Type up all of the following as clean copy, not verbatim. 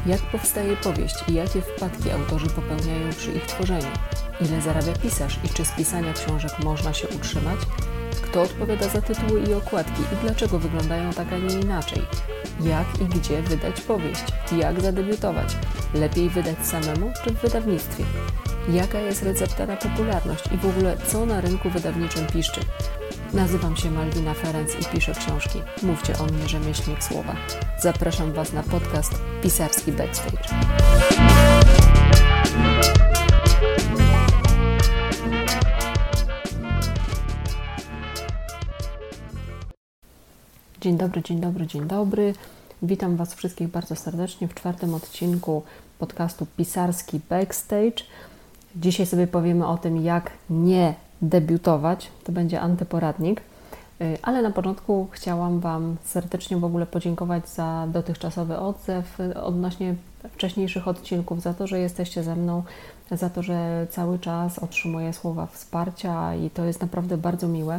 Jak powstaje powieść i jakie wpadki autorzy popełniają przy ich tworzeniu? Ile zarabia pisarz i czy z pisania książek można się utrzymać? Kto odpowiada za tytuły i okładki i dlaczego wyglądają tak, a nie inaczej? Jak i gdzie wydać powieść? Jak zadebiutować? Lepiej wydać samemu czy w wydawnictwie? Jaka jest recepta na popularność i w ogóle co na rynku wydawniczym piszczy? Nazywam się Malwina Ferenc i piszę książki. Mówcie o mnie rzemieślnik słowa. Zapraszam Was na podcast Pisarski Backstage. Dzień dobry. Witam Was wszystkich bardzo serdecznie w czwartym odcinku podcastu Pisarski Backstage. Dzisiaj sobie powiemy o tym, jak nie debiutować. To będzie antyporadnik. Ale na początku chciałam Wam serdecznie w ogóle podziękować za dotychczasowy odzew odnośnie wcześniejszych odcinków, za to, że jesteście ze mną, za to, że cały czas otrzymuję słowa wsparcia i to jest naprawdę bardzo miłe.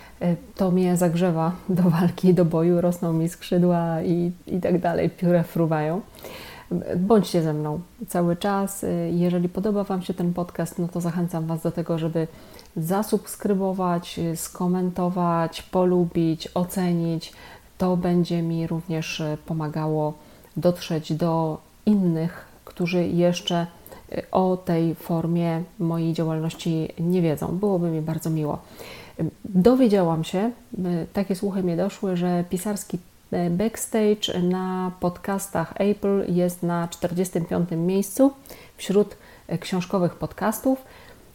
To mnie zagrzewa do walki, do boju, rosną mi skrzydła i tak dalej, pióra fruwają. Bądźcie ze mną cały czas. Jeżeli podoba Wam się ten podcast, no to zachęcam Was do tego, żeby zasubskrybować, skomentować, polubić, ocenić. To będzie mi również pomagało dotrzeć do innych, którzy jeszcze o tej formie mojej działalności nie wiedzą. Byłoby mi bardzo miło. Dowiedziałam się, takie słuchy mnie doszły, że Pisarski Backstage na podcastach Apple jest na 45. miejscu wśród książkowych podcastów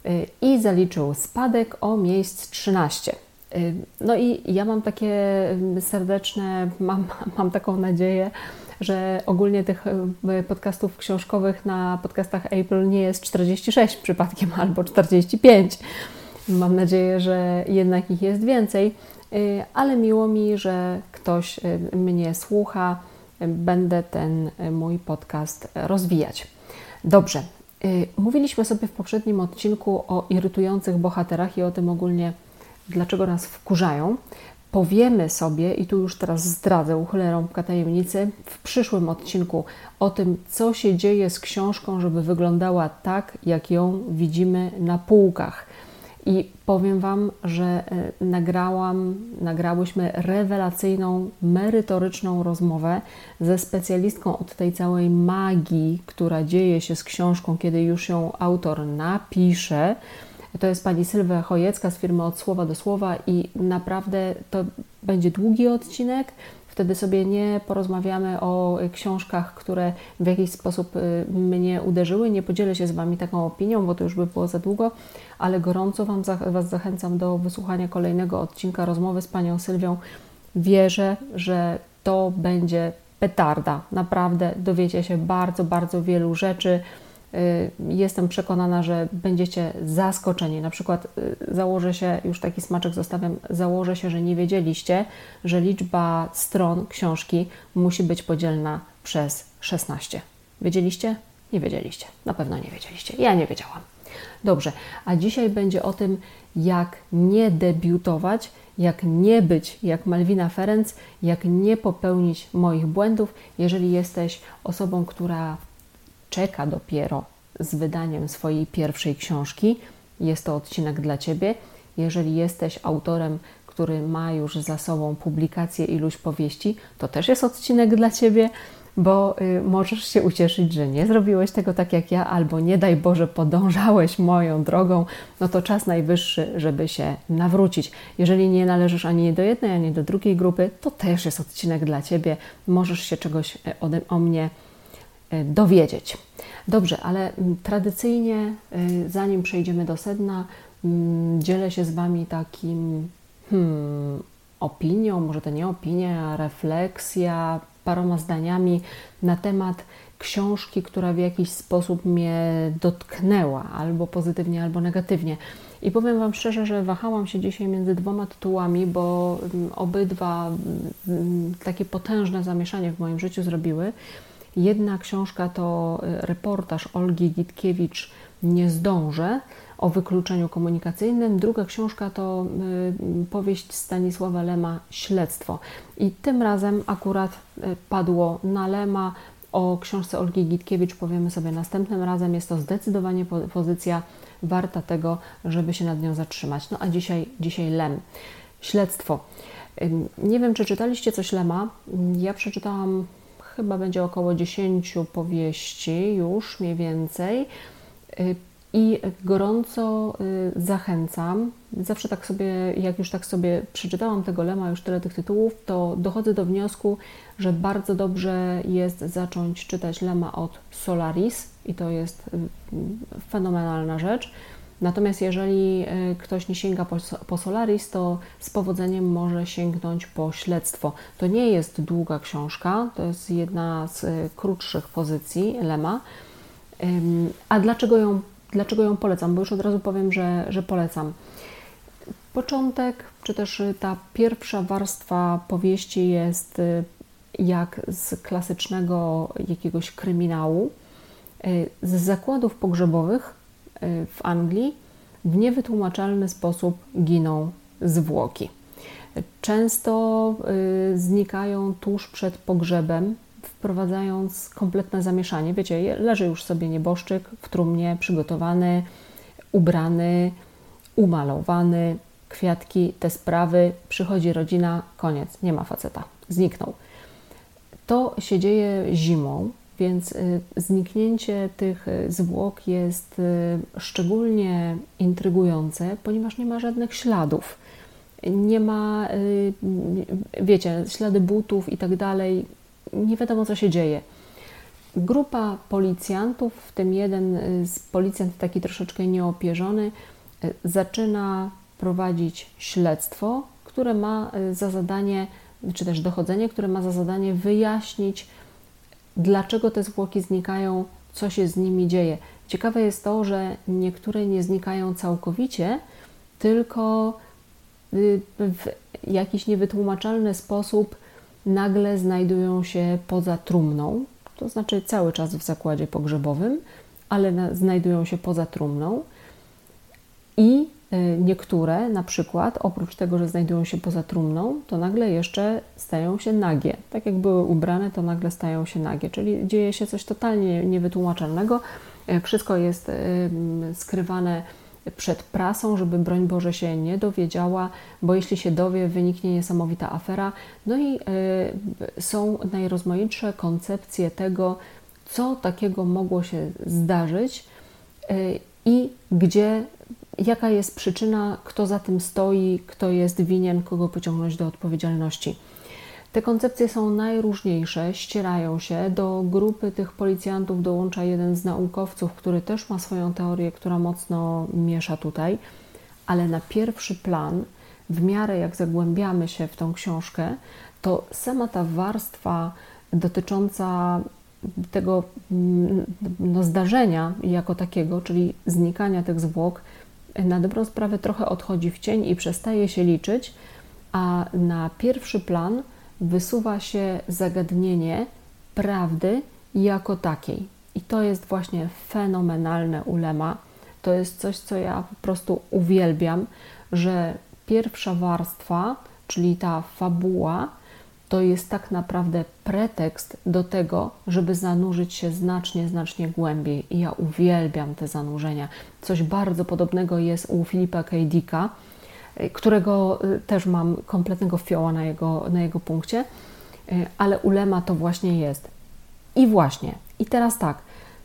i zaliczył spadek o miejsc 13. No i ja mam takie serdeczne, mam taką nadzieję, że ogólnie tych podcastów książkowych na podcastach Apple nie jest 46 przypadkiem albo 45. Mam nadzieję, że jednak ich jest więcej, ale miło mi, że ktoś mnie słucha. Będę ten mój podcast rozwijać. Dobrze, mówiliśmy sobie w poprzednim odcinku o irytujących bohaterach i o tym ogólnie, dlaczego nas wkurzają. Powiemy sobie, i tu już teraz zdradzę, uchylę rąbka tajemnicy, w przyszłym odcinku o tym, co się dzieje z książką, żeby wyglądała tak, jak ją widzimy na półkach. I powiem Wam, że nagrałyśmy rewelacyjną, merytoryczną rozmowę ze specjalistką od tej całej magii, która dzieje się z książką, kiedy już ją autor napisze. To jest pani Sylwia Chojecka z firmy Od Słowa do Słowa i naprawdę to będzie długi odcinek. Wtedy sobie nie porozmawiamy o książkach, które w jakiś sposób mnie uderzyły. Nie podzielę się z Wami taką opinią, bo to już by było za długo, ale gorąco Was zachęcam do wysłuchania kolejnego odcinka rozmowy z panią Sylwią. Wierzę, że to będzie petarda. Naprawdę dowiecie się bardzo, bardzo wielu rzeczy. Jestem przekonana, że będziecie zaskoczeni. Na przykład założę się, już taki smaczek zostawiam, założę się, że nie wiedzieliście, że liczba stron książki musi być podzielna przez 16. Wiedzieliście? Nie wiedzieliście. Na pewno nie wiedzieliście. Ja nie wiedziałam. Dobrze, a dzisiaj będzie o tym, jak nie debiutować, jak nie być jak Malwina Ferenc, jak nie popełnić moich błędów, jeżeli jesteś osobą, która czeka dopiero z wydaniem swojej pierwszej książki. Jest to odcinek dla Ciebie. Jeżeli jesteś autorem, który ma już za sobą publikację iluś powieści, to też jest odcinek dla Ciebie, bo możesz się ucieszyć, że nie zrobiłeś tego tak jak ja, albo nie daj Boże podążałeś moją drogą, no to czas najwyższy, żeby się nawrócić. Jeżeli nie należysz ani do jednej, ani do drugiej grupy, to też jest odcinek dla Ciebie. Możesz się czegoś o mnie dowiedzieć. Dobrze, ale tradycyjnie, zanim przejdziemy do sedna, dzielę się z Wami takim opinią, może to nie opinia, a refleksja, paroma zdaniami na temat książki, która w jakiś sposób mnie dotknęła, albo pozytywnie, albo negatywnie. I powiem Wam szczerze, że wahałam się dzisiaj między dwoma tytułami, bo obydwa takie potężne zamieszanie w moim życiu zrobiły. Jedna książka to reportaż Olgi Ditkiewicz „Nie zdążę” o wykluczeniu komunikacyjnym. Druga książka to powieść Stanisława Lema „Śledztwo”. I tym razem akurat padło na Lema, O książce Olgi Gitkiewicz powiemy sobie następnym razem. Jest to zdecydowanie pozycja warta tego, żeby się nad nią zatrzymać. No a dzisiaj Lem. Śledztwo. Nie wiem, czy czytaliście coś Lema. Ja przeczytałam chyba będzie około 10 powieści już mniej więcej i gorąco zachęcam. Zawsze tak sobie, jak już tak sobie przeczytałam tego Lema, już tyle tych tytułów, to dochodzę do wniosku, że bardzo dobrze jest zacząć czytać Lema od Solaris i to jest fenomenalna rzecz. Natomiast jeżeli ktoś nie sięga po Solaris, to z powodzeniem może sięgnąć po Śledztwo. To nie jest długa książka, to jest jedna z krótszych pozycji Lema. A dlaczego ją polecam? Bo już od razu powiem, że polecam. Początek, czy też ta pierwsza warstwa powieści jest jak z klasycznego jakiegoś kryminału, z zakładów pogrzebowych w Anglii w niewytłumaczalny sposób giną zwłoki. Często znikają tuż przed pogrzebem, wprowadzając kompletne zamieszanie. Wiecie, leży już sobie nieboszczyk w trumnie, przygotowany, ubrany, umalowany, kwiatki, te sprawy, przychodzi rodzina, koniec, nie ma faceta, zniknął. To się dzieje zimą, więc zniknięcie tych zwłok jest szczególnie intrygujące, ponieważ nie ma żadnych śladów. Nie ma, wiecie, ślady butów i tak dalej. Nie wiadomo, co się dzieje. Grupa policjantów, w tym jeden z policjant taki troszeczkę nieopierzony, zaczyna prowadzić śledztwo, które ma za zadanie, czy też dochodzenie, które ma za zadanie wyjaśnić, dlaczego te zwłoki znikają, co się z nimi dzieje. Ciekawe jest to, że niektóre nie znikają całkowicie, tylko w jakiś niewytłumaczalny sposób nagle znajdują się poza trumną, to znaczy cały czas w zakładzie pogrzebowym, ale znajdują się poza trumną i niektóre na przykład, oprócz tego, że znajdują się poza trumną, to nagle jeszcze stają się nagie. Tak jak były ubrane, to nagle stają się nagie, czyli dzieje się coś totalnie niewytłumaczalnego. Wszystko jest skrywane przed prasą, żeby broń Boże się nie dowiedziała, bo jeśli się dowie, wyniknie niesamowita afera. No i są najrozmaitsze koncepcje tego, co takiego mogło się zdarzyć i gdzie, jaka jest przyczyna, kto za tym stoi, kto jest winien, kogo pociągnąć do odpowiedzialności. Te koncepcje są najróżniejsze, ścierają się. Do grupy tych policjantów dołącza jeden z naukowców, który też ma swoją teorię, która mocno miesza tutaj, ale na pierwszy plan, w miarę jak zagłębiamy się w tą książkę, to sama ta warstwa dotycząca tego zdarzenia jako takiego, czyli znikania tych zwłok, na dobrą sprawę trochę odchodzi w cień i przestaje się liczyć, a na pierwszy plan wysuwa się zagadnienie prawdy jako takiej. I to jest właśnie fenomenalne u Lema. To jest coś, co ja po prostu uwielbiam, że pierwsza warstwa, czyli ta fabuła, to jest tak naprawdę pretekst do tego, żeby zanurzyć się znacznie, znacznie głębiej. I ja uwielbiam te zanurzenia. Coś bardzo podobnego jest u Philipa K. Dicka, którego też mam kompletnego fioła na jego punkcie, ale u Lema to właśnie jest. I właśnie, i teraz tak,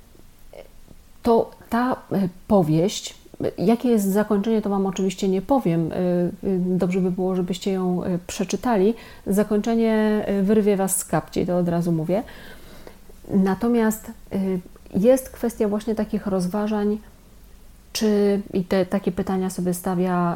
to ta powieść, jakie jest zakończenie, to Wam oczywiście nie powiem. Dobrze by było, żebyście ją przeczytali. Zakończenie wyrwie Was z kapci, to od razu mówię. Natomiast jest kwestia właśnie takich rozważań, i takie pytania sobie stawia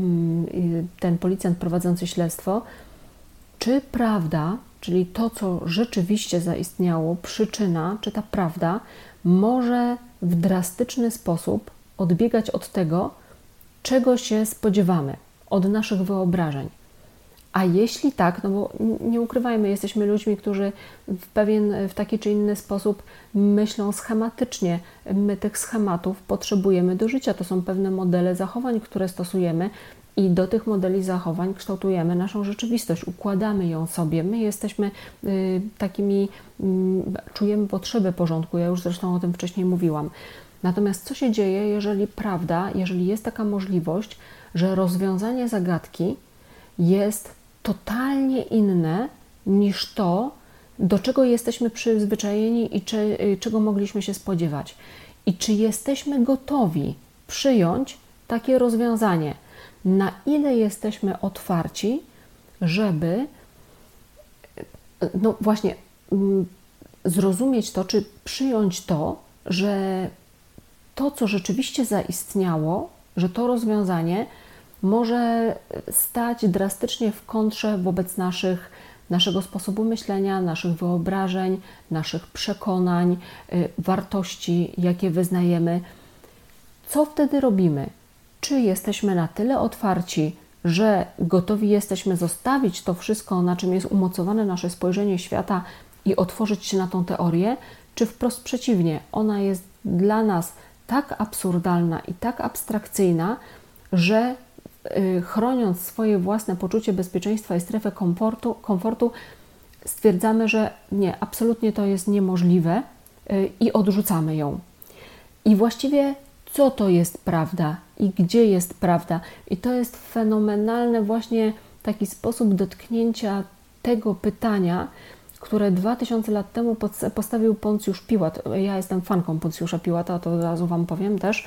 ten policjant prowadzący śledztwo, czy prawda, czyli to, co rzeczywiście zaistniało, przyczyna, czy ta prawda może w drastyczny sposób odbiegać od tego, czego się spodziewamy, od naszych wyobrażeń. A jeśli tak, no bo nie ukrywajmy, jesteśmy ludźmi, którzy w taki czy inny sposób myślą schematycznie. My tych schematów potrzebujemy do życia. To są pewne modele zachowań, które stosujemy I do tych modeli zachowań kształtujemy naszą rzeczywistość, układamy ją sobie. My jesteśmy czujemy potrzebę porządku, ja już zresztą o tym wcześniej mówiłam. Natomiast co się dzieje, jeżeli jest taka możliwość, że rozwiązanie zagadki jest totalnie inne niż to, do czego jesteśmy przyzwyczajeni i czego mogliśmy się spodziewać. I czy jesteśmy gotowi przyjąć takie rozwiązanie? Na ile jesteśmy otwarci, żeby właśnie zrozumieć to, czy przyjąć to, że to, co rzeczywiście zaistniało, że to rozwiązanie może stać drastycznie w kontrze wobec naszego sposobu myślenia, naszych wyobrażeń, naszych przekonań, wartości, jakie wyznajemy. Co wtedy robimy? Czy jesteśmy na tyle otwarci, że gotowi jesteśmy zostawić to wszystko, na czym jest umocowane nasze spojrzenie świata i otworzyć się na tą teorię, czy wprost przeciwnie, ona jest dla nas tak absurdalna i tak abstrakcyjna, że chroniąc swoje własne poczucie bezpieczeństwa i strefę komfortu, stwierdzamy, że nie, absolutnie to jest niemożliwe i odrzucamy ją. I właściwie co to jest prawda i gdzie jest prawda? I to jest fenomenalny właśnie taki sposób dotknięcia tego pytania, które 2000 lat temu postawił Poncjusz Piłat. Ja jestem fanką Poncjusza Piłata, to od razu Wam powiem też.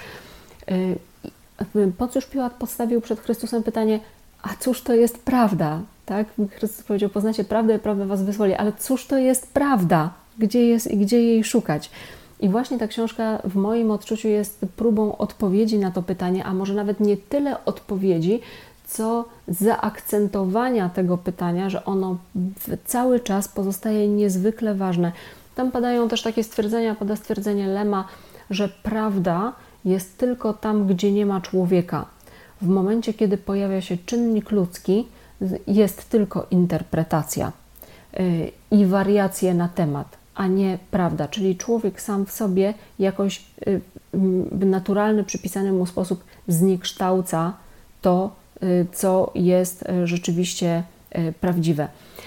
Poncjusz Piłat postawił przed Chrystusem pytanie, a cóż to jest prawda? Tak? Chrystus powiedział, poznacie prawdę, prawda was wyzwoli, ale cóż to jest prawda? Gdzie jest i gdzie jej szukać? I właśnie ta książka w moim odczuciu jest próbą odpowiedzi na to pytanie, a może nawet nie tyle odpowiedzi, co zaakcentowania tego pytania, że ono cały czas pozostaje niezwykle ważne. Tam padają też takie stwierdzenia, pada stwierdzenie Lema, że prawda jest tylko tam, gdzie nie ma człowieka. W momencie, kiedy pojawia się czynnik ludzki, jest tylko interpretacja i wariacje na temat, a nie prawda. Czyli człowiek sam w sobie jakoś w naturalny, przypisany mu sposób zniekształca to, co jest rzeczywiście prawdziwe.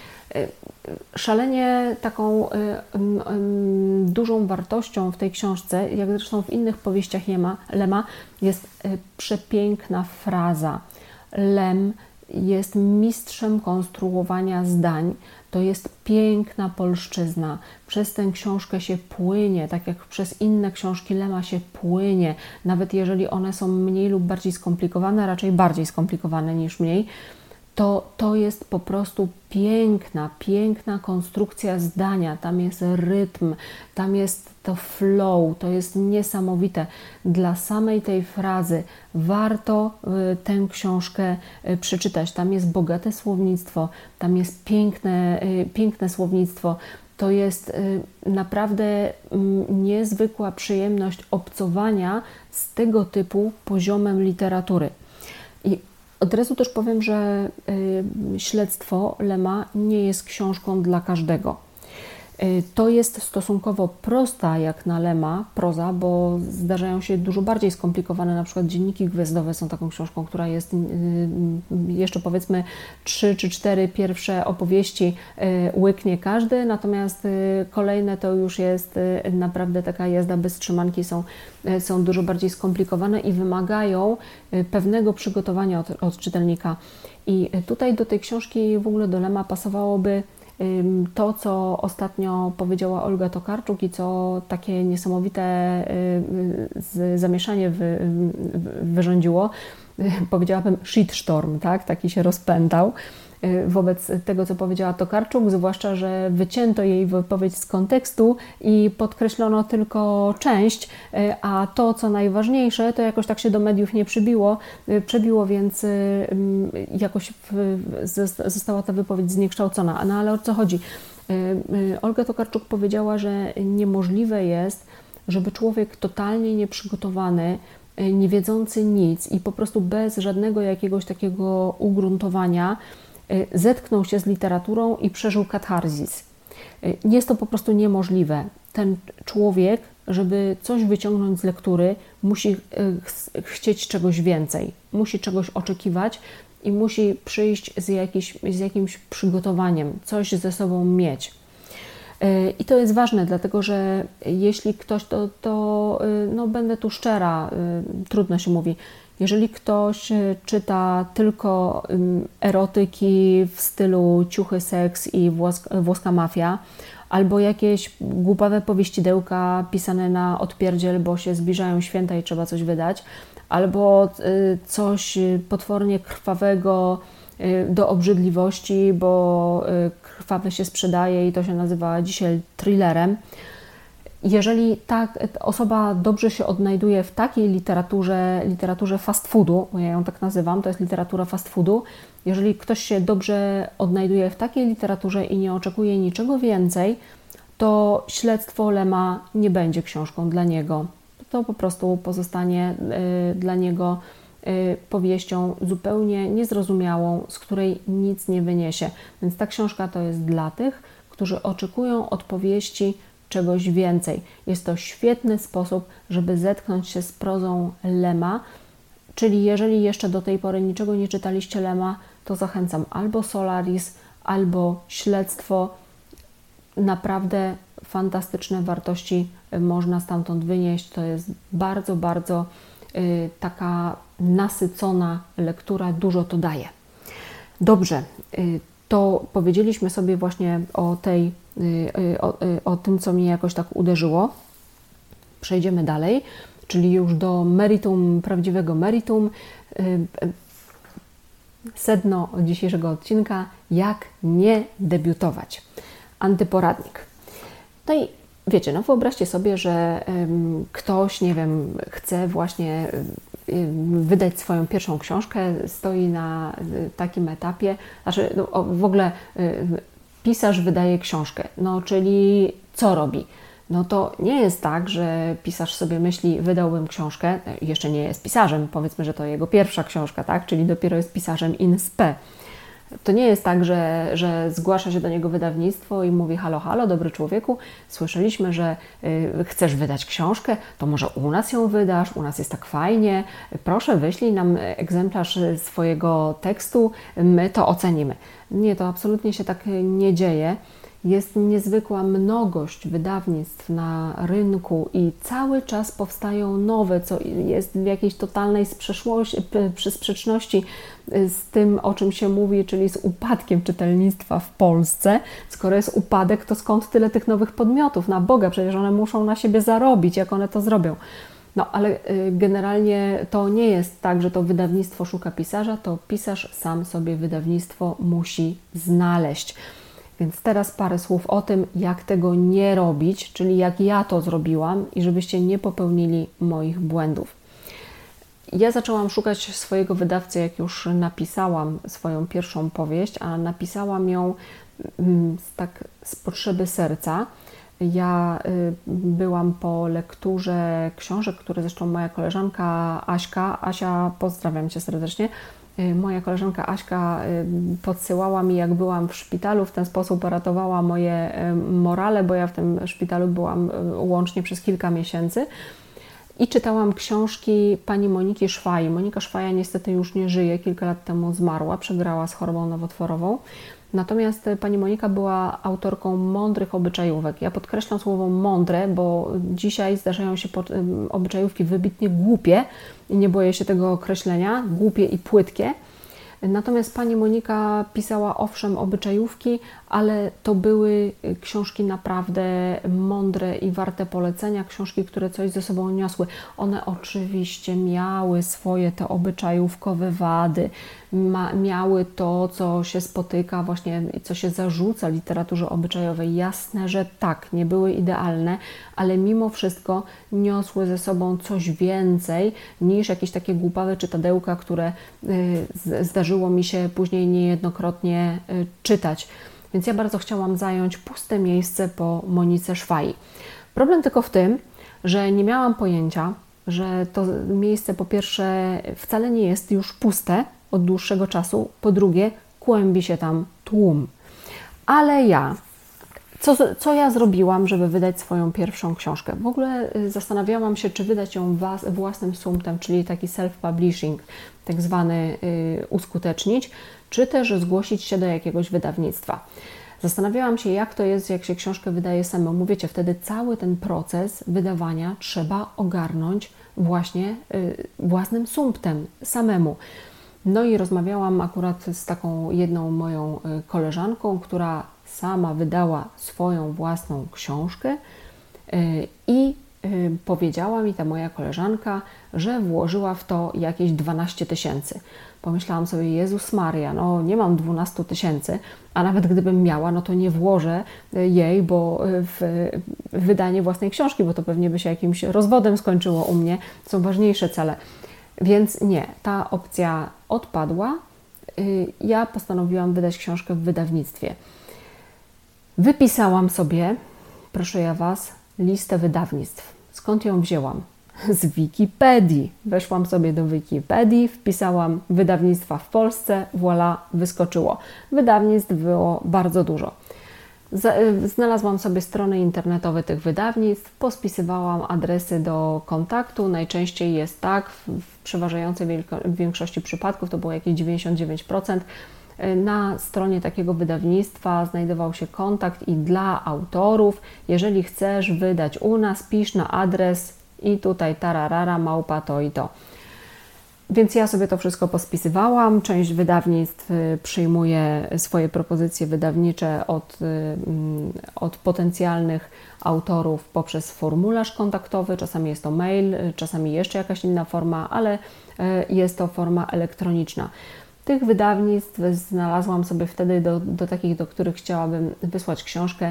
Szalenie taką dużą wartością w tej książce, jak zresztą w innych powieściach Lema, jest przepiękna fraza. Lem jest mistrzem konstruowania zdań. To jest piękna polszczyzna. Przez tę książkę się płynie, tak jak przez inne książki Lema się płynie, nawet jeżeli one są mniej lub bardziej skomplikowane, raczej bardziej skomplikowane niż mniej, to jest po prostu piękna konstrukcja zdania. Tam jest rytm, tam jest to flow, to jest niesamowite. Dla samej tej frazy warto tę książkę przeczytać. Tam jest bogate słownictwo, tam jest piękne słownictwo. To jest naprawdę niezwykła przyjemność obcowania z tego typu poziomem literatury. I od razu też powiem, że Śledztwo Lema nie jest książką dla każdego. To jest stosunkowo prosta jak na Lema proza, bo zdarzają się dużo bardziej skomplikowane, na przykład Dzienniki Gwiazdowe są taką książką, która jest jeszcze powiedzmy 3 czy 4 pierwsze opowieści łyknie każdy, natomiast kolejne to już jest naprawdę taka jazda bez trzymanki, są dużo bardziej skomplikowane i wymagają pewnego przygotowania od czytelnika. I tutaj do tej książki, w ogóle do Lema pasowałoby to, co ostatnio powiedziała Olga Tokarczuk i co takie niesamowite zamieszanie wyrządziło, powiedziałabym shitstorm, tak? Taki się rozpętał wobec tego, co powiedziała Tokarczuk, zwłaszcza, że wycięto jej wypowiedź z kontekstu i podkreślono tylko część, a to, co najważniejsze, to jakoś tak się do mediów nie przebiło, więc jakoś została ta wypowiedź zniekształcona. No ale o co chodzi? Olga Tokarczuk powiedziała, że niemożliwe jest, żeby człowiek totalnie nieprzygotowany, nie wiedzący nic i po prostu bez żadnego jakiegoś takiego ugruntowania zetknął się z literaturą i przeżył katarzis. Jest to po prostu niemożliwe. Ten człowiek, żeby coś wyciągnąć z lektury, musi chcieć czegoś więcej, musi czegoś oczekiwać i musi przyjść z jakimś przygotowaniem, coś ze sobą mieć. I to jest ważne, dlatego że jeśli ktoś, no będę tu szczera, trudno się mówi, jeżeli ktoś czyta tylko erotyki w stylu ciuchy, seks i włoska mafia, albo jakieś głupawe powieścidełka pisane na odpierdziel, bo się zbliżają święta i trzeba coś wydać, albo coś potwornie krwawego do obrzydliwości, bo krwawe się sprzedaje i to się nazywa dzisiaj thrillerem. Jeżeli osoba dobrze się odnajduje w takiej literaturze fast foodu, bo ja ją tak nazywam, to jest literatura fast foodu, jeżeli ktoś się dobrze odnajduje w takiej literaturze i nie oczekuje niczego więcej, to Śledztwo Lema nie będzie książką dla niego. To po prostu pozostanie dla niego powieścią zupełnie niezrozumiałą, z której nic nie wyniesie. Więc ta książka to jest dla tych, którzy oczekują od powieści czegoś więcej. Jest to świetny sposób, żeby zetknąć się z prozą Lema, czyli jeżeli jeszcze do tej pory niczego nie czytaliście Lema, to zachęcam albo Solaris, albo Śledztwo. Naprawdę fantastyczne wartości można stamtąd wynieść. To jest bardzo, bardzo taka nasycona lektura, dużo to daje. Dobrze, to powiedzieliśmy sobie właśnie o tym, co mnie jakoś tak uderzyło. Przejdziemy dalej, czyli już do meritum, prawdziwego meritum. Sedno dzisiejszego odcinka, jak nie debiutować. Antyporadnik. No i wiecie, no wyobraźcie sobie, że ktoś, nie wiem, chce właśnie wydać swoją pierwszą książkę, stoi na takim etapie, znaczy no, w ogóle pisarz wydaje książkę, no czyli co robi? No to nie jest tak, że pisarz sobie myśli, wydałbym książkę, jeszcze nie jest pisarzem, powiedzmy, że to jego pierwsza książka, tak? Czyli dopiero jest pisarzem in spe. To nie jest tak, że zgłasza się do niego wydawnictwo i mówi: halo, halo, dobry człowieku, słyszeliśmy, że chcesz wydać książkę, to może u nas ją wydasz, u nas jest tak fajnie, proszę wyślij nam egzemplarz swojego tekstu, my to ocenimy. Nie, to absolutnie się tak nie dzieje. Jest niezwykła mnogość wydawnictw na rynku i cały czas powstają nowe, co jest w jakiejś totalnej sprzeczności z tym, o czym się mówi, czyli z upadkiem czytelnictwa w Polsce. Skoro jest upadek, to skąd tyle tych nowych podmiotów? Na Boga, przecież one muszą na siebie zarobić, jak one to zrobią. No, ale generalnie to nie jest tak, że to wydawnictwo szuka pisarza, to pisarz sam sobie wydawnictwo musi znaleźć. Więc teraz parę słów o tym, jak tego nie robić, czyli jak ja to zrobiłam i żebyście nie popełnili moich błędów. Ja zaczęłam szukać swojego wydawcy, jak już napisałam swoją pierwszą powieść, a napisałam ją z potrzeby serca. Ja byłam po lekturze książek, które zresztą moja koleżanka Asia, pozdrawiam Cię serdecznie, moja koleżanka Aśka podsyłała mi, jak byłam w szpitalu, w ten sposób ratowała moje morale, bo ja w tym szpitalu byłam łącznie przez kilka miesięcy i czytałam książki pani Moniki Szwaj. Monika Szwaja niestety już nie żyje, kilka lat temu zmarła, przegrała z chorobą nowotworową. Natomiast pani Monika była autorką mądrych obyczajówek. Ja podkreślam słowo mądre, bo dzisiaj zdarzają się obyczajówki wybitnie głupie i nie boję się tego określenia, głupie i płytkie. Natomiast pani Monika pisała owszem obyczajówki, ale to były książki naprawdę mądre i warte polecenia, książki, które coś ze sobą niosły. One oczywiście miały swoje te obyczajówkowe wady, miały to, co się spotyka właśnie, co się zarzuca literaturze obyczajowej. Jasne, że tak, nie były idealne, ale mimo wszystko niosły ze sobą coś więcej niż jakieś takie głupawe czytadełka, które zdarzyło mi się później niejednokrotnie czytać. Więc ja bardzo chciałam zająć puste miejsce po Monice Szwaj. Problem tylko w tym, że nie miałam pojęcia, że to miejsce po pierwsze wcale nie jest już puste od dłuższego czasu, po drugie kłębi się tam tłum. Ale ja Co ja zrobiłam, żeby wydać swoją pierwszą książkę? W ogóle zastanawiałam się, czy wydać ją własnym sumptem, czyli taki self-publishing, tak zwany, uskutecznić, czy też zgłosić się do jakiegoś wydawnictwa. Zastanawiałam się, jak to jest, jak się książkę wydaje samemu. Wiecie, wtedy cały ten proces wydawania trzeba ogarnąć właśnie własnym sumptem, samemu. No i rozmawiałam akurat z taką jedną moją koleżanką, która sama wydała swoją własną książkę i powiedziała mi ta moja koleżanka, że włożyła w to jakieś 12 000. Pomyślałam sobie, Jezus Maria, no nie mam 12 000, a nawet gdybym miała, no to nie włożę jej, bo w wydanie własnej książki, bo to pewnie by się jakimś rozwodem skończyło u mnie. Są ważniejsze cele. Więc nie, ta opcja odpadła. Ja postanowiłam wydać książkę w wydawnictwie. Wypisałam sobie, proszę ja Was, listę wydawnictw. Skąd ją wzięłam? Z Wikipedii. Weszłam sobie do Wikipedii, wpisałam wydawnictwa w Polsce, voilà, wyskoczyło. Wydawnictw było bardzo dużo. Znalazłam sobie strony internetowe tych wydawnictw, pospisywałam adresy do kontaktu. Najczęściej jest tak, w przeważającej większości przypadków, to było jakieś 99%, na stronie takiego wydawnictwa znajdował się kontakt i dla autorów, jeżeli chcesz wydać u nas, pisz na adres i tutaj tararara, małpa to i to. Więc ja sobie to wszystko pospisywałam. Część wydawnictw przyjmuje swoje propozycje wydawnicze od potencjalnych autorów poprzez formularz kontaktowy. Czasami jest to mail, czasami jeszcze jakaś inna forma, ale jest to forma elektroniczna. Tych wydawnictw znalazłam sobie wtedy do takich, do których chciałabym wysłać książkę,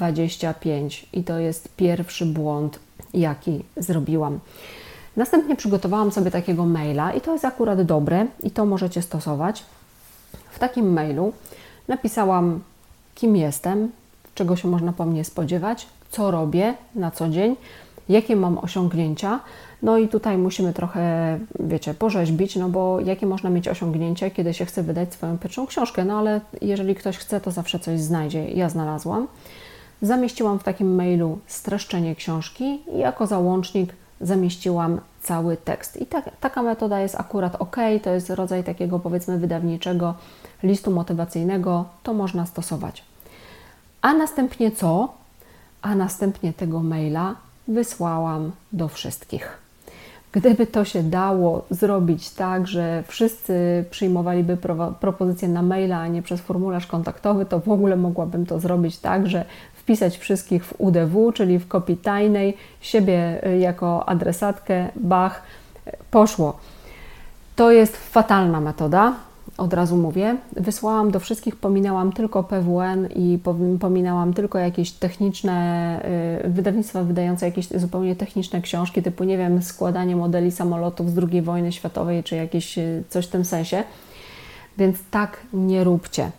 25 i to jest pierwszy błąd, jaki zrobiłam. Następnie przygotowałam sobie takiego maila i to jest akurat dobre i to możecie stosować. W takim mailu napisałam, kim jestem, czego się można po mnie spodziewać, co robię na co dzień, jakie mam osiągnięcia. No i tutaj musimy trochę, wiecie, porzeźbić, no bo jakie można mieć osiągnięcia, kiedy się chce wydać swoją pierwszą książkę. No ale jeżeli ktoś chce, to zawsze coś znajdzie. Ja znalazłam. Zamieściłam w takim mailu streszczenie książki i jako załącznik zamieściłam cały tekst. I taka metoda jest akurat ok, to jest rodzaj takiego, powiedzmy, wydawniczego listu motywacyjnego, to można stosować. A następnie co? A następnie tego maila wysłałam do wszystkich. Gdyby to się dało zrobić tak, że wszyscy przyjmowaliby propozycje na maila, a nie przez formularz kontaktowy, to w ogóle mogłabym to zrobić tak, że wpisać wszystkich w UDW, czyli w kopii tajnej, siebie jako adresatkę, bach, poszło. To jest fatalna metoda, od razu mówię. Wysłałam do wszystkich, pominęłam tylko PWN i pominęłam tylko jakieś techniczne, wydawnictwa wydające jakieś zupełnie techniczne książki, typu, nie wiem, składanie modeli samolotów z II wojny światowej, czy jakieś coś w tym sensie. Więc tak nie róbcie.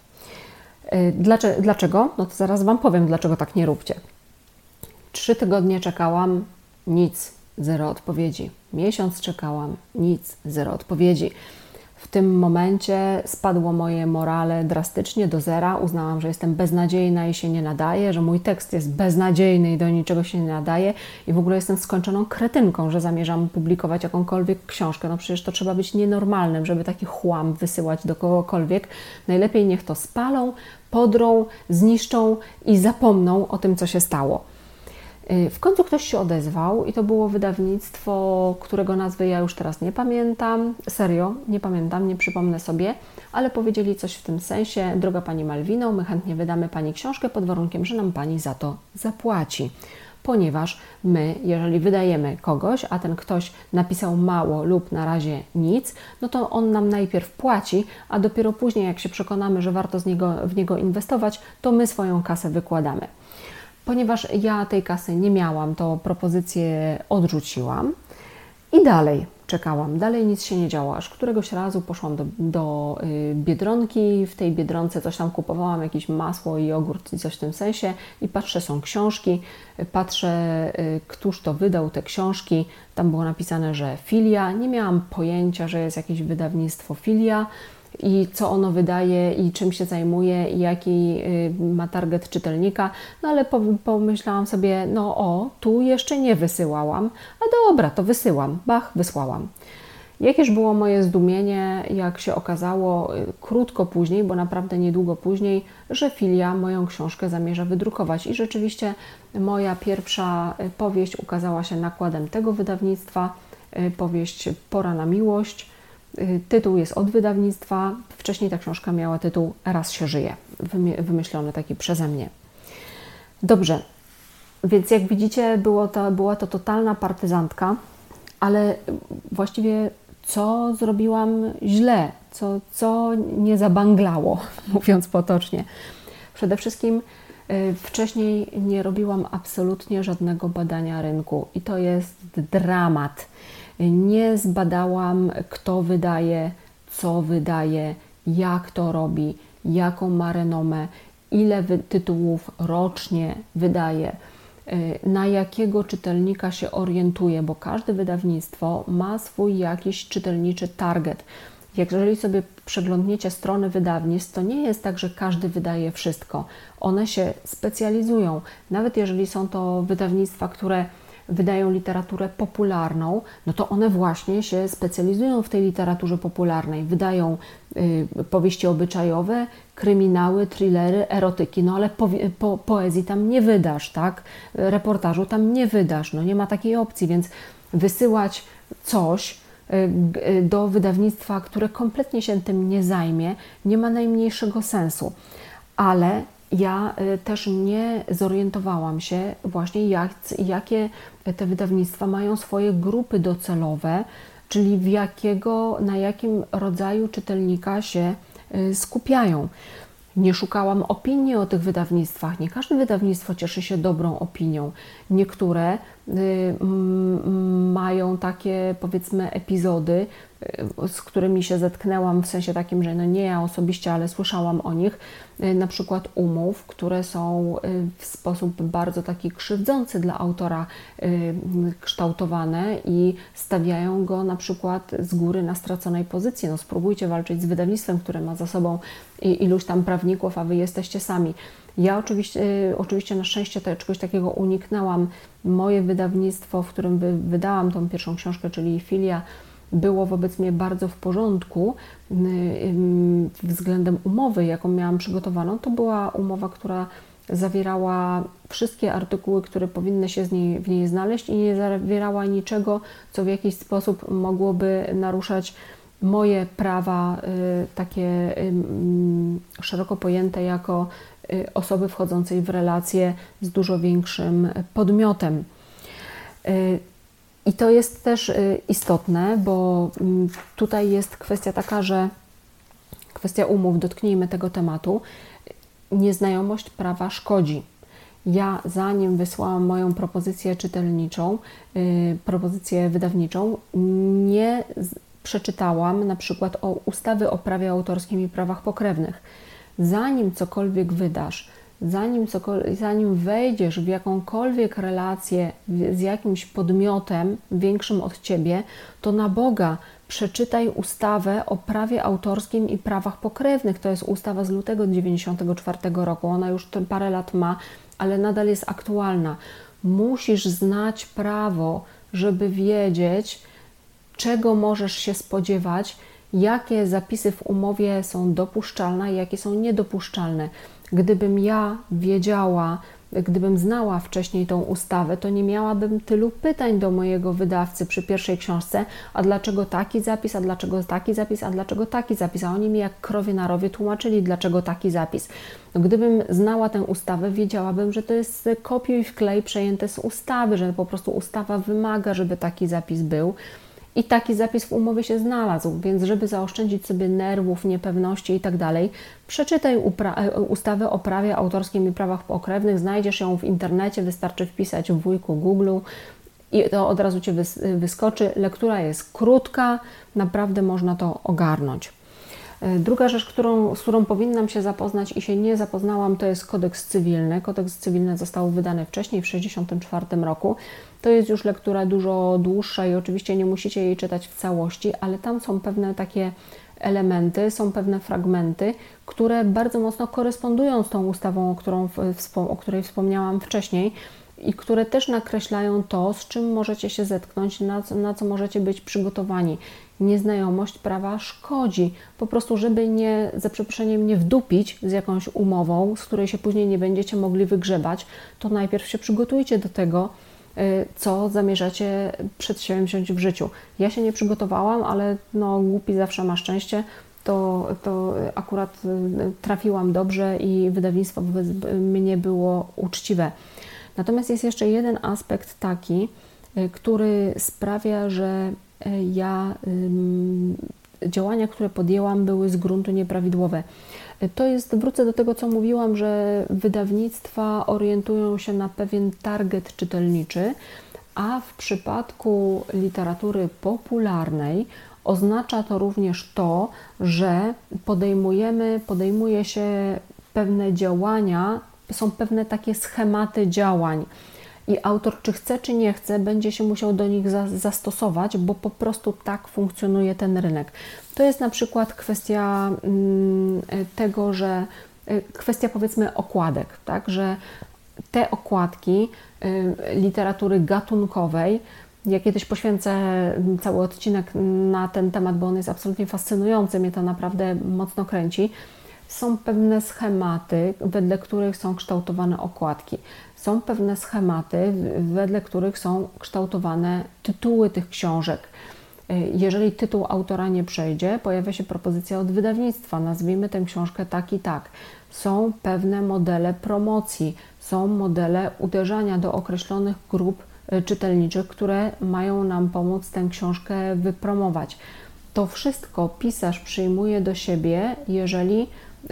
Dlaczego? No to zaraz Wam powiem, dlaczego tak nie róbcie. 3 tygodnie czekałam, nic, 0 odpowiedzi. Miesiąc czekałam, nic, 0 odpowiedzi. W tym momencie spadło moje morale drastycznie do zera. Uznałam, że jestem beznadziejna i się nie nadaję, że mój tekst jest beznadziejny i do niczego się nie nadaje i w ogóle jestem skończoną kretynką, że zamierzam publikować jakąkolwiek książkę. No przecież to trzeba być nienormalnym, żeby taki chłam wysyłać do kogokolwiek. Najlepiej niech to spalą, podrą, zniszczą i zapomną o tym, co się stało. W końcu ktoś się odezwał i to było wydawnictwo, którego nazwy ja już teraz nie pamiętam. Serio, nie pamiętam, nie przypomnę sobie, ale powiedzieli coś w tym sensie: droga Pani Malwino, my chętnie wydamy Pani książkę pod warunkiem, że nam Pani za to zapłaci. Ponieważ my, jeżeli wydajemy kogoś, a ten ktoś napisał mało lub na razie nic, no to on nam najpierw płaci, a dopiero później, jak się przekonamy, że warto w niego inwestować, to my swoją kasę wykładamy. Ponieważ ja tej kasy nie miałam, to propozycję odrzuciłam i dalej czekałam. Dalej nic się nie działo, aż któregoś razu poszłam do Biedronki. W tej Biedronce coś tam kupowałam, jakieś masło i jogurt i coś w tym sensie i patrzę, są książki, patrzę, któż to wydał te książki. Tam było napisane, że Filia. Nie miałam pojęcia, że jest jakieś wydawnictwo Filia. i co ono wydaje i czym się zajmuje i jaki ma target czytelnika, no ale pomyślałam sobie, tu jeszcze nie wysyłałam, a dobra, to wysyłam, wysłałam. Jakież było moje zdumienie, jak się okazało krótko później, bo naprawdę niedługo później, że Filia moją książkę zamierza wydrukować. I rzeczywiście moja pierwsza powieść ukazała się nakładem tego wydawnictwa, powieść Pora na miłość. Tytuł jest od wydawnictwa, wcześniej ta książka miała tytuł Raz się żyje, wymyślony taki przeze mnie. Dobrze, więc jak widzicie była to totalna partyzantka, ale właściwie co zrobiłam źle, co nie zabanglało, mówiąc potocznie. Przede wszystkim wcześniej nie robiłam absolutnie żadnego badania rynku i to jest dramat. Nie zbadałam, kto wydaje, co wydaje, jak to robi, jaką ma renomę, ile tytułów rocznie wydaje, na jakiego czytelnika się orientuje, bo każde wydawnictwo ma swój jakiś czytelniczy target. Jeżeli sobie przeglądniecie strony wydawnictw, to nie jest tak, że każdy wydaje wszystko. One się specjalizują. Nawet jeżeli są to wydawnictwa, które wydają literaturę popularną, no to one właśnie się specjalizują w tej literaturze popularnej. Wydają powieści obyczajowe, kryminały, thrillery, erotyki, no ale poezji tam nie wydasz, tak? Reportażu tam nie wydasz, no nie ma takiej opcji, więc wysyłać coś do wydawnictwa, które kompletnie się tym nie zajmie, nie ma najmniejszego sensu. Ale ja też nie zorientowałam się właśnie, jakie te wydawnictwa mają swoje grupy docelowe, czyli na jakim rodzaju czytelnika się skupiają. Nie szukałam opinii o tych wydawnictwach. Nie każde wydawnictwo cieszy się dobrą opinią. Niektóre mają takie, powiedzmy, epizody, z którymi się zetknęłam w sensie takim, że nie ja osobiście, ale słyszałam o nich, na przykład umów, które są w sposób bardzo taki krzywdzący dla autora kształtowane i stawiają go na przykład z góry na straconej pozycji. No spróbujcie walczyć z wydawnictwem, które ma za sobą iluś tam prawników, a Wy jesteście sami. Ja oczywiście na szczęście czegoś takiego uniknęłam. Moje wydawnictwo, w którym wydałam tą pierwszą książkę, czyli Filia, było wobec mnie bardzo w porządku względem umowy, jaką miałam przygotowaną. To była umowa, która zawierała wszystkie artykuły, które powinny się w niej znaleźć i nie zawierała niczego, co w jakiś sposób mogłoby naruszać moje prawa, takie szeroko pojęte jako osoby wchodzącej w relacje z dużo większym podmiotem. I to jest też istotne, bo tutaj jest kwestia taka, że kwestia umów, dotknijmy tego tematu, nieznajomość prawa szkodzi. Ja zanim wysłałam moją propozycję czytelniczą, propozycję wydawniczą, nie przeczytałam na przykład o ustawy o prawie autorskim i prawach pokrewnych. Zanim cokolwiek wydasz, zanim wejdziesz w jakąkolwiek relację z jakimś podmiotem większym od Ciebie, to na Boga przeczytaj ustawę o prawie autorskim i prawach pokrewnych. To jest ustawa z lutego 1994 roku. Ona już parę lat ma, ale nadal jest aktualna. Musisz znać prawo, żeby wiedzieć, czego możesz się spodziewać, jakie zapisy w umowie są dopuszczalne, a jakie są niedopuszczalne. Gdybym ja wiedziała, gdybym znała wcześniej tą ustawę, to nie miałabym tylu pytań do mojego wydawcy przy pierwszej książce, a dlaczego taki zapis, a dlaczego taki zapis, a dlaczego taki zapis, a oni mi jak krowie na rowie tłumaczyli, dlaczego taki zapis. No, gdybym znała tę ustawę, wiedziałabym, że to jest kopiuj wklej przejęte z ustawy, że po prostu ustawa wymaga, żeby taki zapis był. I taki zapis w umowie się znalazł, więc żeby zaoszczędzić sobie nerwów, niepewności i tak dalej, przeczytaj ustawę o prawie autorskim i prawach pokrewnych, znajdziesz ją w internecie, wystarczy wpisać w wujku Google i to od razu Cię wyskoczy. Lektura jest krótka, naprawdę można to ogarnąć. Druga rzecz, z którą powinnam się zapoznać i się nie zapoznałam, to jest kodeks cywilny. Kodeks cywilny został wydany wcześniej, w 1964 roku. To jest już lektura dużo dłuższa i oczywiście nie musicie jej czytać w całości, ale tam są pewne takie elementy, są pewne fragmenty, które bardzo mocno korespondują z tą ustawą, o której wspomniałam wcześniej i które też nakreślają to, z czym możecie się zetknąć, na co możecie być przygotowani. Nieznajomość prawa szkodzi. Po prostu, żeby za przeproszeniem nie wdupić z jakąś umową, z której się później nie będziecie mogli wygrzebać, to najpierw się przygotujcie do tego, co zamierzacie przedsięwziąć w życiu. Ja się nie przygotowałam, ale głupi zawsze ma szczęście. To akurat trafiłam dobrze i wydawnictwo wobec mnie było uczciwe. Natomiast jest jeszcze jeden aspekt taki, który sprawia, że działania, które podjęłam, były z gruntu nieprawidłowe. Wrócę do tego, co mówiłam, że wydawnictwa orientują się na pewien target czytelniczy, a w przypadku literatury popularnej oznacza to również to, że podejmuje się pewne działania, są pewne takie schematy działań. I autor, czy chce, czy nie chce, będzie się musiał do nich zastosować, bo po prostu tak funkcjonuje ten rynek. To jest na przykład kwestia tego, że kwestia powiedzmy okładek, tak, że te okładki literatury gatunkowej, ja kiedyś poświęcę cały odcinek na ten temat, bo on jest absolutnie fascynujący, mnie to naprawdę mocno kręci. Są pewne schematy, wedle których są kształtowane okładki. Są pewne schematy, wedle których są kształtowane tytuły tych książek. Jeżeli tytuł autora nie przejdzie, pojawia się propozycja od wydawnictwa. Nazwijmy tę książkę tak i tak. Są pewne modele promocji, są modele uderzania do określonych grup czytelniczych, które mają nam pomóc tę książkę wypromować. To wszystko pisarz przyjmuje do siebie, jeżeli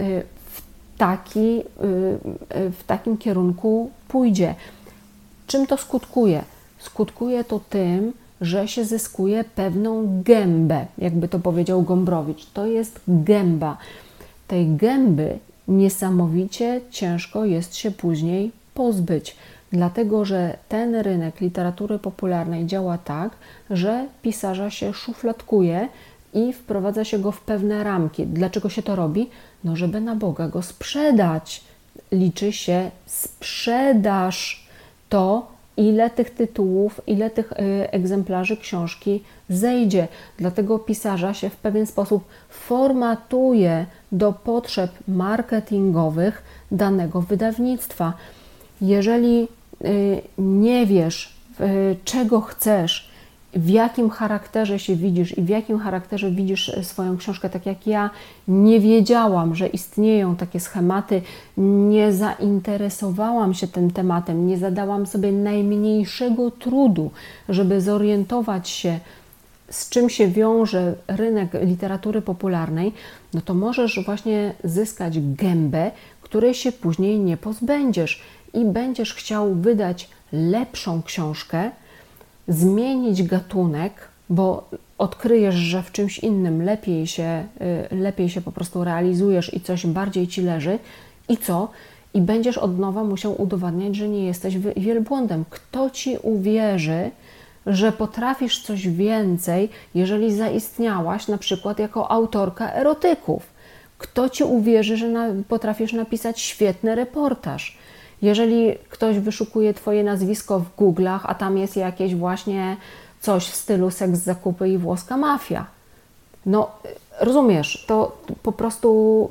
w takim kierunku pójdzie. Czym to skutkuje? Skutkuje to tym, że się zyskuje pewną gębę, jakby to powiedział Gombrowicz. To jest gęba. Tej gęby niesamowicie ciężko jest się później pozbyć, dlatego że ten rynek literatury popularnej działa tak, że pisarza się szufladkuje i wprowadza się go w pewne ramki. Dlaczego się to robi? No, żeby na Boga go sprzedać. Liczy się sprzedaż. To, ile tych tytułów, ile tych egzemplarzy książki zejdzie. Dlatego pisarza się w pewien sposób formatuje do potrzeb marketingowych danego wydawnictwa. Jeżeli nie wiesz, czego chcesz, w jakim charakterze się widzisz i w jakim charakterze widzisz swoją książkę, tak jak ja nie wiedziałam, że istnieją takie schematy, nie zainteresowałam się tym tematem, nie zadałam sobie najmniejszego trudu, żeby zorientować się, z czym się wiąże rynek literatury popularnej, no to możesz właśnie zyskać gębę, której się później nie pozbędziesz i będziesz chciał wydać lepszą książkę, zmienić gatunek, bo odkryjesz, że w czymś innym lepiej się po prostu realizujesz i coś bardziej Ci leży i co? I będziesz od nowa musiał udowadniać, że nie jesteś wielbłądem. Kto Ci uwierzy, że potrafisz coś więcej, jeżeli zaistniałaś na przykład jako autorka erotyków? Kto Ci uwierzy, że potrafisz napisać świetny reportaż? Jeżeli ktoś wyszukuje Twoje nazwisko w Google'ach, a tam jest jakieś właśnie coś w stylu seks, zakupy i włoska mafia. No, rozumiesz, to po prostu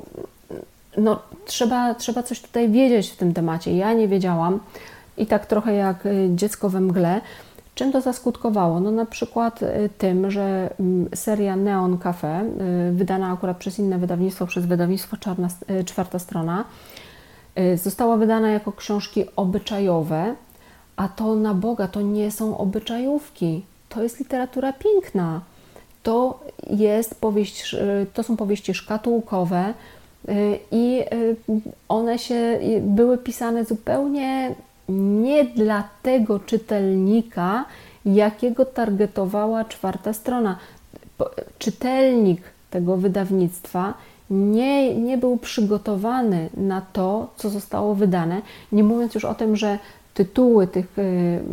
trzeba coś tutaj wiedzieć w tym temacie. Ja nie wiedziałam i tak trochę jak dziecko we mgle. Czym to zaskutkowało? No na przykład tym, że seria Neon Cafe, wydana akurat przez inne wydawnictwo, przez wydawnictwo Czwarta Strona, została wydana jako książki obyczajowe, a to na Boga, to nie są obyczajówki, to jest literatura piękna. To są powieści szkatułkowe i one były pisane zupełnie nie dla tego czytelnika, jakiego targetowała Czwarta Strona. Czytelnik tego wydawnictwa nie był przygotowany na to, co zostało wydane, nie mówiąc już o tym, że tytuły tych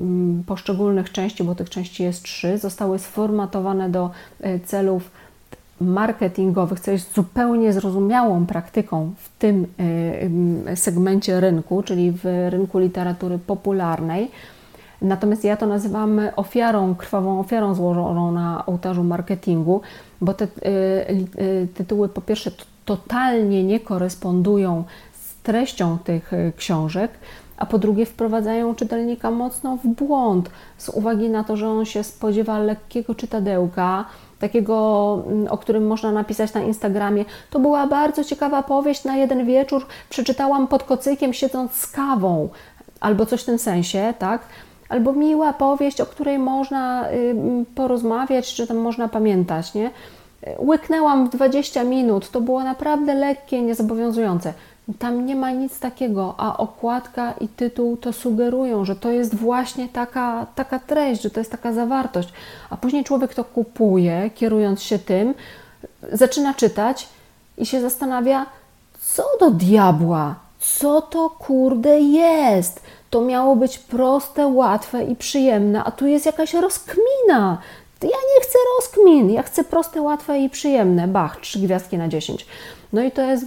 poszczególnych części, bo tych części jest 3, zostały sformatowane do celów marketingowych, co jest zupełnie zrozumiałą praktyką w tym segmencie rynku, czyli w rynku literatury popularnej. Natomiast ja to nazywam ofiarą, krwawą ofiarą złożoną na ołtarzu marketingu, bo te tytuły po pierwsze totalnie nie korespondują z treścią tych książek, a po drugie wprowadzają czytelnika mocno w błąd z uwagi na to, że on się spodziewa lekkiego czytadełka, takiego, o którym można napisać na Instagramie. To była bardzo ciekawa powieść na jeden wieczór, przeczytałam pod kocykiem siedząc z kawą, albo coś w tym sensie, tak? Albo miła powieść, o której można porozmawiać, czy tam można pamiętać, nie? Łyknęłam w 20 minut, to było naprawdę lekkie, niezobowiązujące. Tam nie ma nic takiego, a okładka i tytuł to sugerują, że to jest właśnie taka treść, że to jest taka zawartość. A później człowiek to kupuje, kierując się tym, zaczyna czytać i się zastanawia, co do diabła, co to kurde jest. To miało być proste, łatwe i przyjemne, a tu jest jakaś rozkmina. Ja nie chcę rozkmin, ja chcę proste, łatwe i przyjemne. Bach, 3 gwiazdki na 10. No i to jest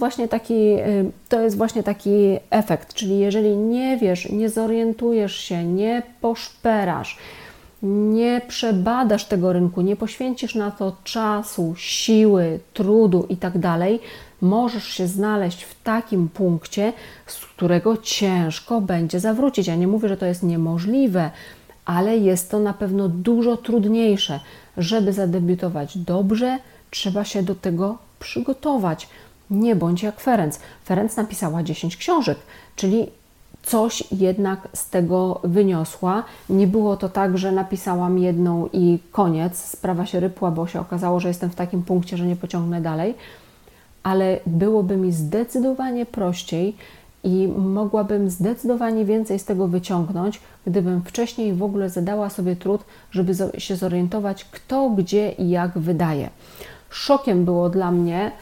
właśnie taki efekt, czyli jeżeli nie wiesz, nie zorientujesz się, nie poszperasz, nie przebadasz tego rynku, nie poświęcisz na to czasu, siły, trudu i tak dalej, możesz się znaleźć w takim punkcie, z którego ciężko będzie zawrócić. Ja nie mówię, że to jest niemożliwe, ale jest to na pewno dużo trudniejsze. Żeby zadebiutować dobrze, trzeba się do tego przygotować. Nie bądź jak Ferenc. Ferenc napisała 10 książek, czyli coś jednak z tego wyniosła. Nie było to tak, że napisałam jedną i koniec, sprawa się rypła, bo się okazało, że jestem w takim punkcie, że nie pociągnę dalej, ale byłoby mi zdecydowanie prościej i mogłabym zdecydowanie więcej z tego wyciągnąć, gdybym wcześniej w ogóle zadała sobie trud, żeby się zorientować, kto, gdzie i jak wydaje. Szokiem było dla mnie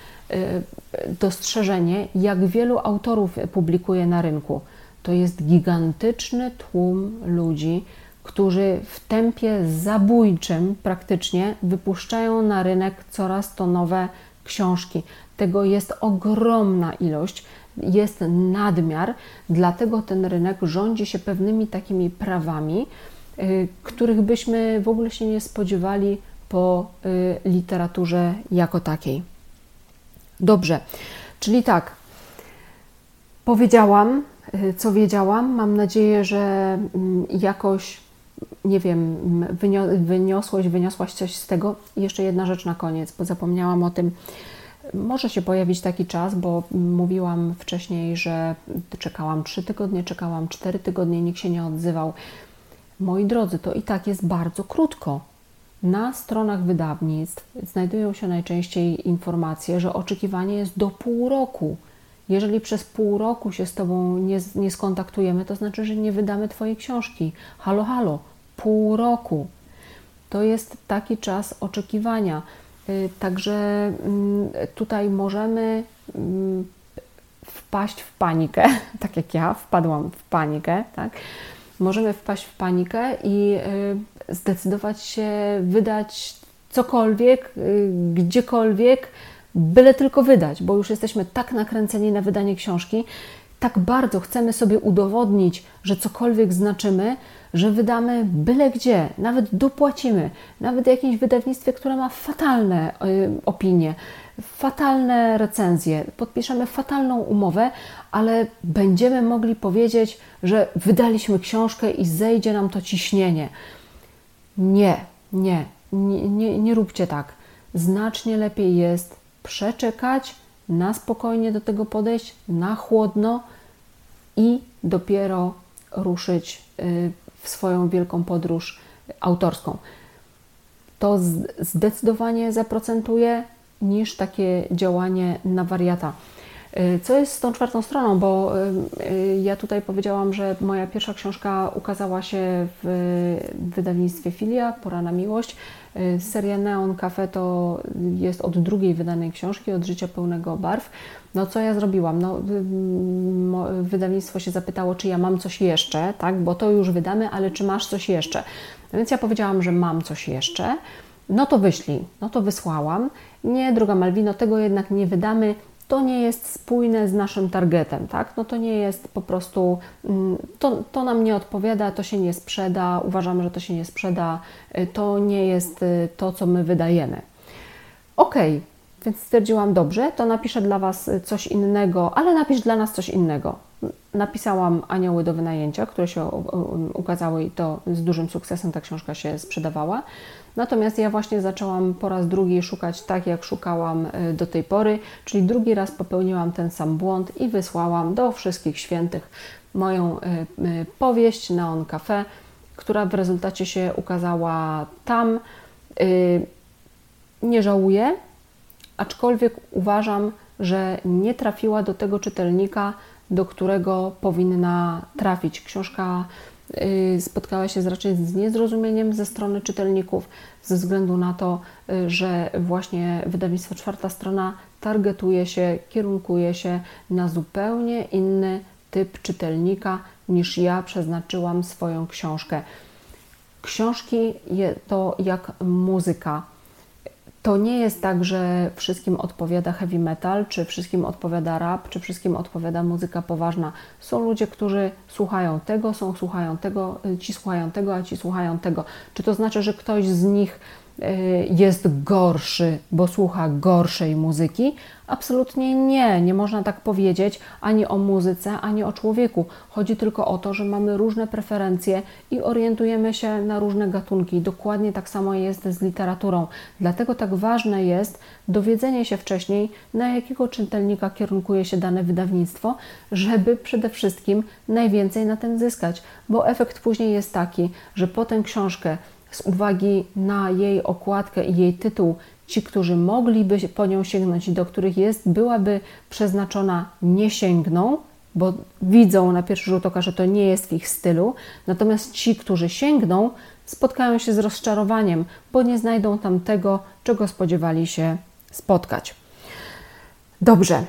dostrzeżenie, jak wielu autorów publikuje na rynku. To jest gigantyczny tłum ludzi, którzy w tempie zabójczym praktycznie wypuszczają na rynek coraz to nowe książki. Tego jest ogromna ilość, jest nadmiar, dlatego ten rynek rządzi się pewnymi takimi prawami, których byśmy w ogóle się nie spodziewali po literaturze jako takiej. Dobrze, czyli tak, powiedziałam, co wiedziałam. Mam nadzieję, że jakoś, nie wiem, wyniosłaś coś z tego. I jeszcze jedna rzecz na koniec, bo zapomniałam o tym. Może się pojawić taki czas, bo mówiłam wcześniej, że czekałam 3 tygodnie, czekałam 4 tygodnie, nikt się nie odzywał. Moi drodzy, to i tak jest bardzo krótko. Na stronach wydawnictw znajdują się najczęściej informacje, że oczekiwanie jest do pół roku. Jeżeli przez pół roku się z Tobą nie skontaktujemy, to znaczy, że nie wydamy Twojej książki. Halo, halo, pół roku. To jest taki czas oczekiwania. Także tutaj możemy wpaść w panikę, tak jak ja wpadłam w panikę, tak? Możemy wpaść w panikę i zdecydować się wydać cokolwiek, gdziekolwiek, byle tylko wydać, bo już jesteśmy tak nakręceni na wydanie książki, tak bardzo chcemy sobie udowodnić, że cokolwiek znaczymy, że wydamy byle gdzie, nawet dopłacimy, nawet w jakimś wydawnictwie, które ma fatalne opinie, fatalne recenzje, podpiszemy fatalną umowę, ale będziemy mogli powiedzieć, że wydaliśmy książkę i zejdzie nam to ciśnienie. Nie róbcie tak. Znacznie lepiej jest przeczekać, na spokojnie do tego podejść, na chłodno i dopiero ruszyć w swoją wielką podróż autorską. To zdecydowanie zaprocentuje niż takie działanie na wariata. Co jest z tą 4. stroną, bo ja tutaj powiedziałam, że moja pierwsza książka ukazała się w wydawnictwie Filia, Pora na miłość. Seria Neon Cafe to jest od drugiej wydanej książki, od Życia pełnego barw. No co ja zrobiłam? No, wydawnictwo się zapytało, czy ja mam coś jeszcze, tak? Bo to już wydamy, ale czy masz coś jeszcze? No więc ja powiedziałam, że mam coś jeszcze. no to wyślij, no to wysłałam. Nie, droga Malwino, tego jednak nie wydamy, to nie jest spójne z naszym targetem, tak? No to nie jest po prostu, to nam nie odpowiada, to się nie sprzeda, uważamy, że to się nie sprzeda, to nie jest to, co my wydajemy. Okej, więc stwierdziłam, dobrze, to napiszę dla Was coś innego, ale napisz dla nas coś innego. Napisałam Anioły do wynajęcia, które się ukazały i to z dużym sukcesem ta książka się sprzedawała. Natomiast ja właśnie zaczęłam po raz drugi szukać tak, jak szukałam do tej pory, czyli drugi raz popełniłam ten sam błąd i wysłałam do wszystkich świętych moją powieść Neon Cafe, która w rezultacie się ukazała tam. Nie żałuję, aczkolwiek uważam, że nie trafiła do tego czytelnika, do którego powinna trafić. Książka spotkała się raczej z niezrozumieniem ze strony czytelników, ze względu na to, że właśnie wydawnictwo Czwarta Strona targetuje się, kierunkuje się na zupełnie inny typ czytelnika, niż ja przeznaczyłam swoją książkę. Książki to jak muzyka. To nie jest tak, że wszystkim odpowiada heavy metal, czy wszystkim odpowiada rap, czy wszystkim odpowiada muzyka poważna. Są ludzie, którzy słuchają tego, słuchają tego, ci słuchają tego, a ci słuchają tego. Czy to znaczy, że ktoś z nich jest gorszy, bo słucha gorszej muzyki? Absolutnie nie. Nie można tak powiedzieć ani o muzyce, ani o człowieku. Chodzi tylko o to, że mamy różne preferencje i orientujemy się na różne gatunki. Dokładnie tak samo jest z literaturą. Dlatego tak ważne jest dowiedzenie się wcześniej, na jakiego czytelnika kierunkuje się dane wydawnictwo, żeby przede wszystkim najwięcej na tym zyskać. Bo efekt później jest taki, że po tę książkę z uwagi na jej okładkę i jej tytuł, ci, którzy mogliby po nią sięgnąć i do których byłaby przeznaczona, nie sięgną, bo widzą na pierwszy rzut oka, że to nie jest w ich stylu. Natomiast ci, którzy sięgną, spotkają się z rozczarowaniem, bo nie znajdą tam tego, czego spodziewali się spotkać. Dobrze.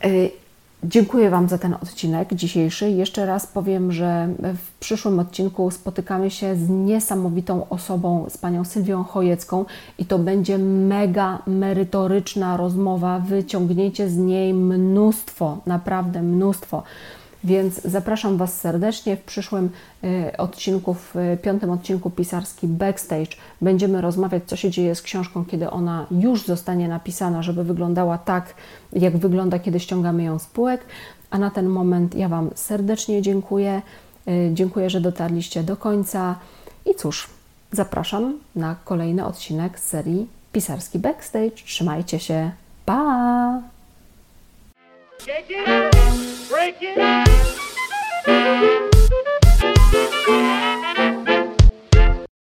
Dziękuję Wam za ten odcinek dzisiejszy. Jeszcze raz powiem, że w przyszłym odcinku spotykamy się z niesamowitą osobą, z panią Sylwią Chojecką i to będzie mega merytoryczna rozmowa. Wyciągniecie z niej mnóstwo, naprawdę mnóstwo. Więc zapraszam Was serdecznie. W przyszłym odcinku, w 5. odcinku Pisarski Backstage będziemy rozmawiać, co się dzieje z książką, kiedy ona już zostanie napisana, żeby wyglądała tak, jak wygląda, kiedy ściągamy ją z półek. A na ten moment ja Wam serdecznie dziękuję. Dziękuję, że dotarliście do końca. I cóż, zapraszam na kolejny odcinek z serii Pisarski Backstage. Trzymajcie się. Pa! Break it up.